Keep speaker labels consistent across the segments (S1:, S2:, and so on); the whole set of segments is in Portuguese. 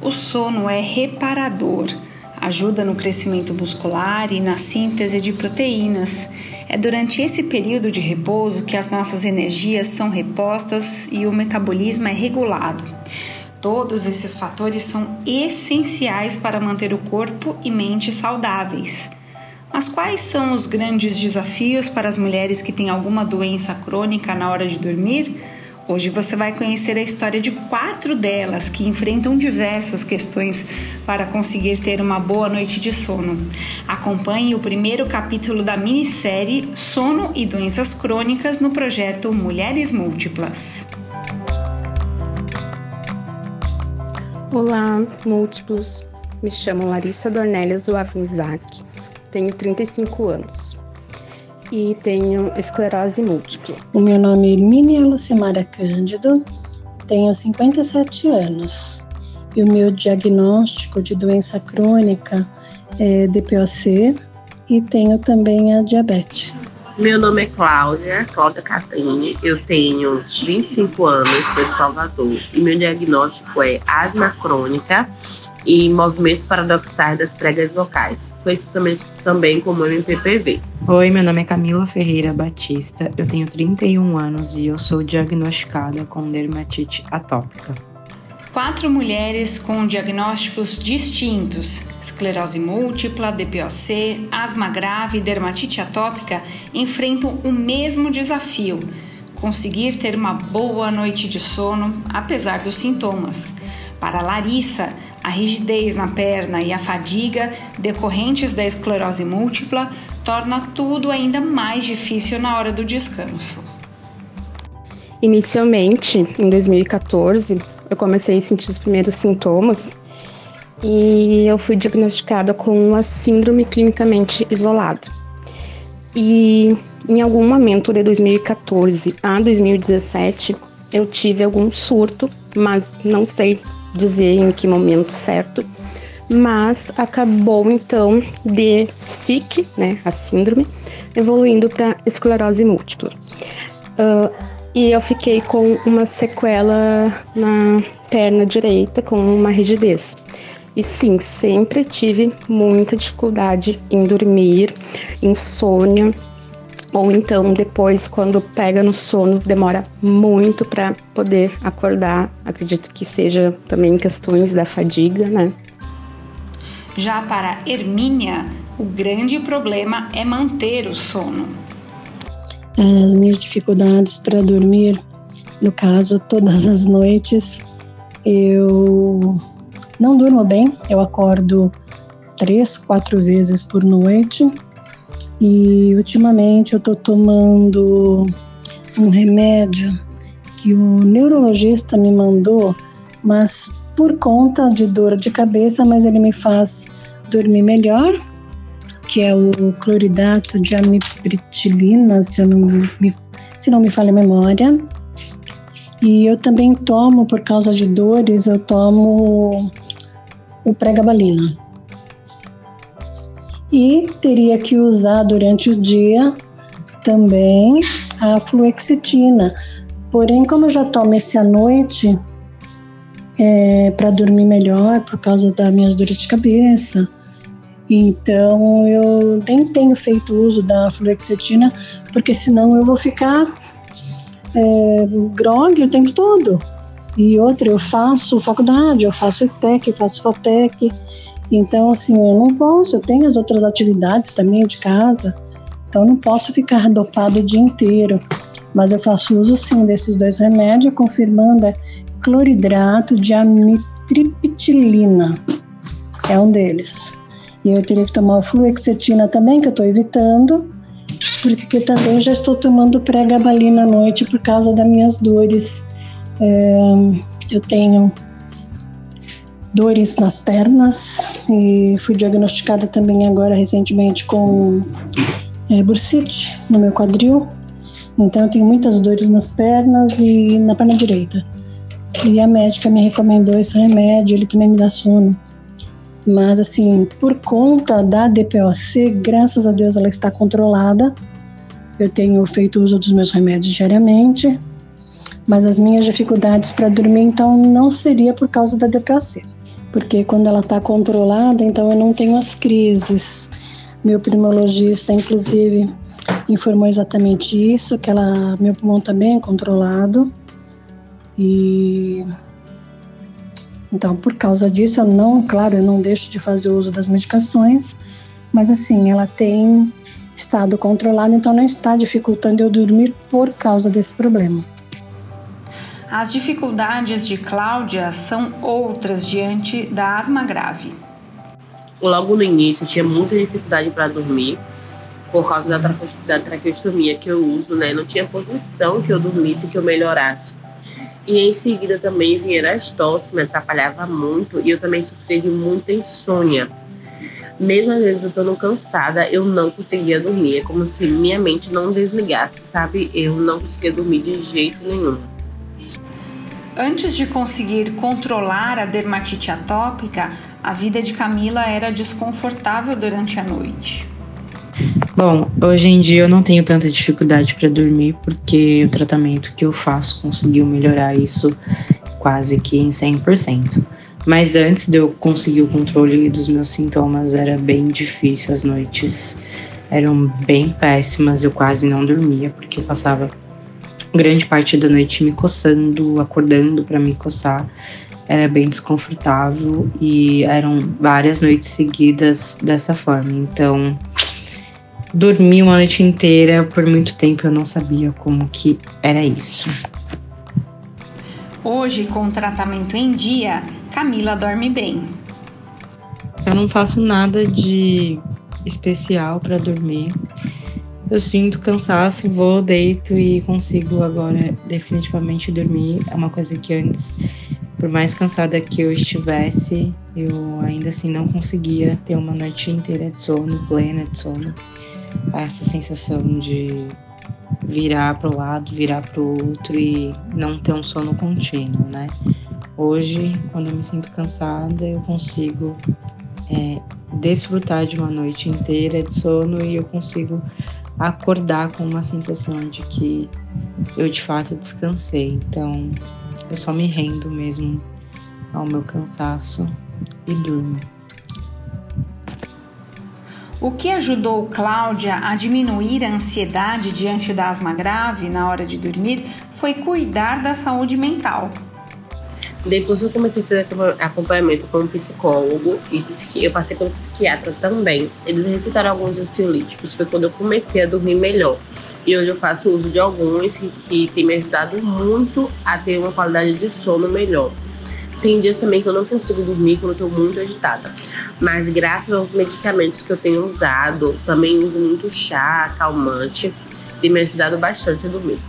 S1: o sono é reparador, ajuda no crescimento muscular e na síntese de proteínas. É durante esse período de repouso que as nossas energias são repostas e o metabolismo é regulado. Todos esses fatores são essenciais para manter o corpo e mente saudáveis. Mas quais são os grandes desafios para as mulheres que têm alguma doença crônica na hora de dormir? Hoje você vai conhecer a história de 4 delas que enfrentam diversas questões para conseguir ter uma boa noite de sono. Acompanhe o primeiro capítulo da minissérie Sono e Doenças Crônicas no projeto Mulheres Múltiplas.
S2: Olá, múltiplos. Me chamo Larissa Dornelles Wavinzak, tenho 35 anos e tenho esclerose múltipla.
S3: O meu nome é Hermínia Lucimara Cândido, tenho 57 anos e o meu diagnóstico de doença crônica é DPOC e tenho também a diabetes.
S4: Meu nome é Cláudia Catrini, eu tenho 25 anos, sou de Salvador e meu diagnóstico é asma crônica e movimentos paradoxais das pregas vocais, conhecido também como MPPV.
S5: Oi, meu nome é Camila Ferreira Batista, eu tenho 31 anos e eu sou diagnosticada com dermatite atópica.
S1: 4 mulheres com diagnósticos distintos, esclerose múltipla, DPOC, asma grave e dermatite atópica, enfrentam o mesmo desafio: conseguir ter uma boa noite de sono, apesar dos sintomas. Para Larissa, a rigidez na perna e a fadiga decorrentes da esclerose múltipla torna tudo ainda mais difícil na hora do descanso.
S2: Inicialmente, em 2014, eu comecei a sentir os primeiros sintomas e eu fui diagnosticada com uma síndrome clinicamente isolada. E em algum momento de 2014 a 2017, eu tive algum surto, mas não sei dizer em que momento certo, mas acabou então de SIC, a síndrome, evoluindo para esclerose múltipla. E eu fiquei com uma sequela na perna direita, com uma rigidez. E sim, sempre tive muita dificuldade em dormir, insônia, ou então depois, quando pega no sono, demora muito para poder acordar. Acredito que seja também questões da fadiga,
S1: Já para Hermínia, o grande problema é manter o sono.
S3: As minhas dificuldades para dormir, no caso, todas as noites, eu não durmo bem, eu acordo 3, 4 vezes por noite e ultimamente eu estou tomando um remédio que o neurologista me mandou, mas por conta de dor de cabeça, mas ele me faz dormir melhor, que é o cloridato de amitriptilina, se não me falha a memória. E eu também tomo, por causa de dores, eu tomo o pregabalina. E teria que usar durante o dia também a fluoxetina. Porém, como eu já tomo esse à noite, para dormir melhor, por causa das minhas dores de cabeça, então eu nem tenho feito uso da fluoxetina, porque senão eu vou ficar grogue o tempo todo. E outra, eu faço faculdade, eu faço ETEC, eu faço FOTEC, então assim, eu não posso, eu tenho as outras atividades também de casa, então eu não posso ficar dopado o dia inteiro, mas eu faço uso sim desses 2 remédios, confirmando cloridrato de amitriptilina, é um deles. E eu teria que tomar o fluoxetina também, que eu estou evitando, porque também já estou tomando pregabalina à noite por causa das minhas dores. Eu tenho dores nas pernas e fui diagnosticada também agora recentemente com bursite no meu quadril. Então eu tenho muitas dores nas pernas e na perna direita. E a médica me recomendou esse remédio, ele também me dá sono. Mas assim, por conta da DPOC, graças a Deus ela está controlada. Eu tenho feito uso dos meus remédios diariamente, mas as minhas dificuldades para dormir, então, não seria por causa da DPOC. porque quando ela está controlada, então eu não tenho as crises. Meu pneumologista, inclusive, informou exatamente isso, que meu pulmão está bem controlado. E então, por causa disso, eu não deixo de fazer uso das medicações, mas assim, ela tem estado controlada, então não está dificultando eu dormir por causa desse problema.
S1: As dificuldades de Cláudia são outras diante da asma grave.
S4: Logo no início, eu tinha muita dificuldade para dormir, por causa da traqueostomia que eu uso, né? Não tinha posição que eu dormisse, que eu melhorasse. E em seguida também vieram as tosses, me atrapalhava muito, e eu também sofria de muita insônia. Mesmo às vezes eu estando cansada, eu não conseguia dormir. É como se minha mente não desligasse, sabe? Eu não conseguia dormir de jeito nenhum.
S1: Antes de conseguir controlar a dermatite atópica, a vida de Camila era desconfortável durante a noite.
S5: Bom, hoje em dia eu não tenho tanta dificuldade para dormir porque o tratamento que eu faço conseguiu melhorar isso quase que em 100%. Mas antes de eu conseguir o controle dos meus sintomas era bem difícil, as noites eram bem péssimas, eu quase não dormia porque eu passava grande parte da noite me coçando, acordando para me coçar. Era bem desconfortável e eram várias noites seguidas dessa forma. Então, dormi uma noite inteira, por muito tempo eu não sabia como que era isso.
S1: Hoje, com o tratamento em dia, Camila dorme bem.
S5: Eu não faço nada de especial para dormir. Eu sinto cansaço, vou, deito e consigo agora definitivamente dormir. É uma coisa que antes, por mais cansada que eu estivesse, eu ainda assim não conseguia ter uma noite inteira de sono, plena de sono. Essa sensação de virar para o lado, virar para o outro e não ter um sono contínuo, né? Hoje, quando eu me sinto cansada, eu consigo desfrutar de uma noite inteira de sono e eu consigo acordar com uma sensação de que eu de fato descansei. Então, eu só me rendo mesmo ao meu cansaço e durmo.
S1: O que ajudou Cláudia a diminuir a ansiedade diante da asma grave na hora de dormir foi cuidar da saúde mental.
S4: Depois eu comecei a fazer acompanhamento com um psicólogo e eu passei pelo psiquiatra também. Eles recitaram alguns ansiolíticos, foi quando eu comecei a dormir melhor. E hoje eu faço uso de alguns que tem me ajudado muito a ter uma qualidade de sono melhor. Tem dias também que eu não consigo dormir quando eu estou muito agitada. Mas graças aos medicamentos que eu tenho usado, também uso muito chá, calmante, tem me ajudado bastante a dormir.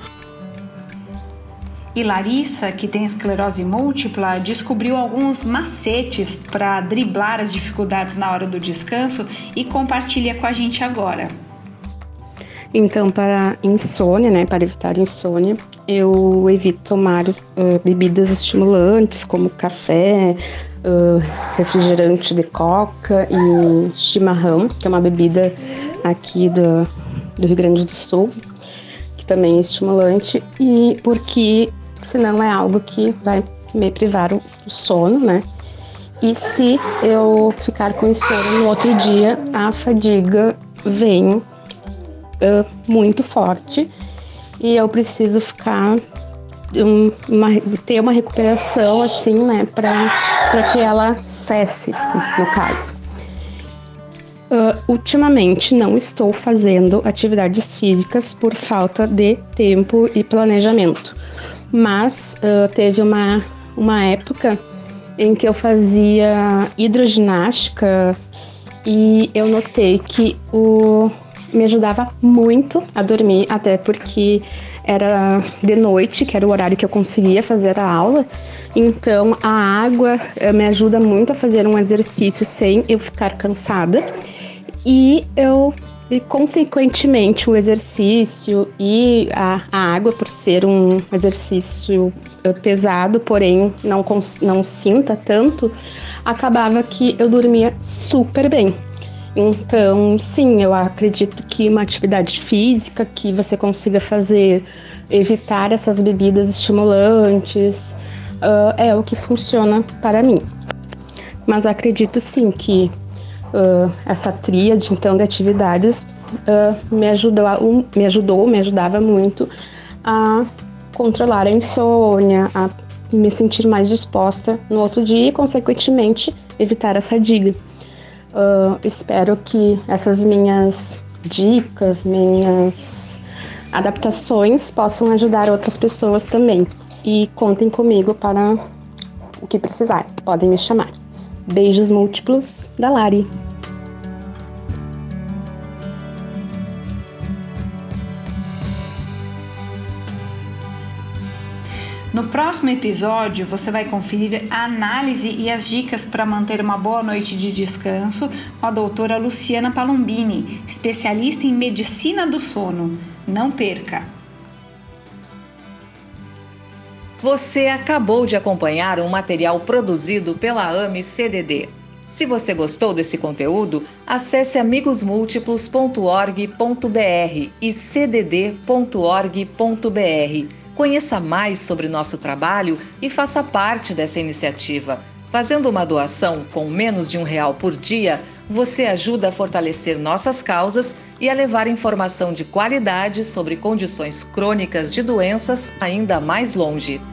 S1: E Larissa, que tem esclerose múltipla, descobriu alguns macetes para driblar as dificuldades na hora do descanso e compartilha com a gente agora.
S2: Então, para insônia, né, para evitar insônia, eu evito tomar bebidas estimulantes como café, refrigerante de coca e chimarrão, que é uma bebida aqui do Rio Grande do Sul, que também é estimulante, e porque senão é algo que vai me privar o sono, né? E se eu ficar com insônia no outro dia, a fadiga vem muito forte e eu preciso ficar ter uma recuperação assim, né, para que ela cesse, no caso. Ultimamente não estou fazendo atividades físicas por falta de tempo e planejamento, mas teve uma época em que eu fazia hidroginástica e eu notei que me ajudava muito a dormir, até porque era de noite, que era o horário que eu conseguia fazer a aula. Então a água me ajuda muito a fazer um exercício sem eu ficar cansada. E consequentemente o exercício e a água, por ser um exercício pesado, porém não sinta tanto, acabava que eu dormia super bem. Então, sim, eu acredito que uma atividade física que você consiga fazer, evitar essas bebidas estimulantes, é o que funciona para mim. mas acredito sim que essa tríade então de atividades me ajudava muito a controlar a insônia, a me sentir mais disposta no outro dia e, consequentemente, evitar a fadiga. Espero que essas minhas dicas, minhas adaptações possam ajudar outras pessoas também. E contem comigo para o que precisar. Podem me chamar. Beijos múltiplos da Lari.
S1: No próximo episódio, você vai conferir a análise e as dicas para manter uma boa noite de descanso com a doutora Luciana Palombini, especialista em medicina do sono. Não perca!
S6: Você acabou de acompanhar um material produzido pela AME-CDD. Se você gostou desse conteúdo, acesse amigosmúltiplos.org.br e cdd.org.br. Conheça mais sobre nosso trabalho e faça parte dessa iniciativa. Fazendo uma doação com menos de R$1 por dia, você ajuda a fortalecer nossas causas e a levar informação de qualidade sobre condições crônicas de doenças ainda mais longe.